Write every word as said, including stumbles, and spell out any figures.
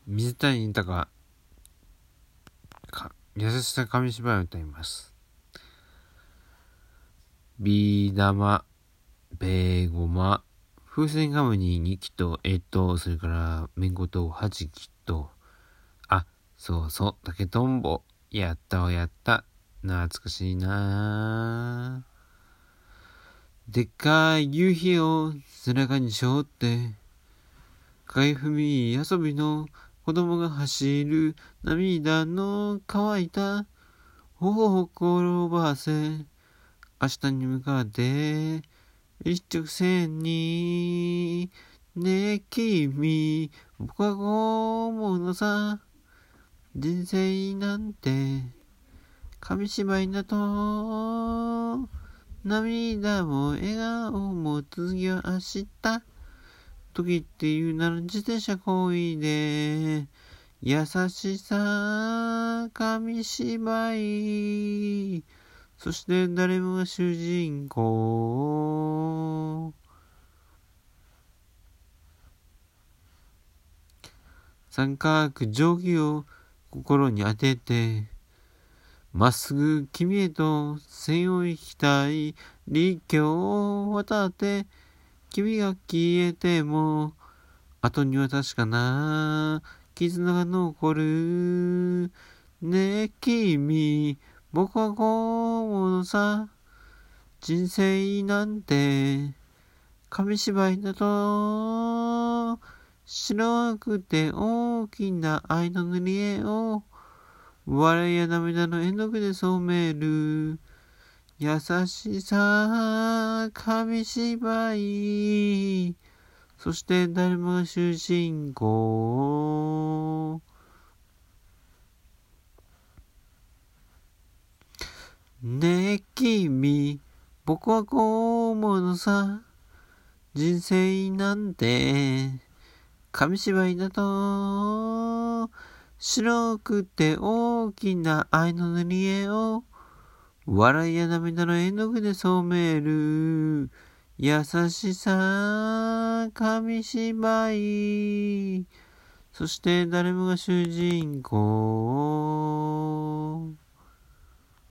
水谷豊か優しさ紙芝居を歌います。ビー玉、ベーゴマ、風船ガムににきと、えっと、それからめんことはちきと、あ、そうそう、竹とんぼ、やったわやった、懐かしいなでっかい夕日を背中に背負って、かい踏み遊びの子供が走る、涙の乾いた頬を転ばせ、明日に向かって一直線に、ねえ君、僕はこう思うのさ、人生なんて紙芝居だと、涙も笑顔も次は明日、時って言うなら自転車こいで、優しさ紙芝居、そして誰もが主人公。三角定規を心に当てて、まっすぐ君へと線を引きたい。陸橋を渡って君が消えても、後には確かな絆が残る。ねえ君、僕はこう思うのさ、人生なんて紙芝居だと、白くて大きな愛の塗り絵を笑いや涙の絵の具で染める。優しさ紙芝居、そして誰もが主人公。ねえ君、僕はこう思うのさ、人生なんて紙芝居だと、白くて大きな愛の塗り絵を笑いや涙の絵の具で染める。優しさ紙芝居、そして誰もが主人公。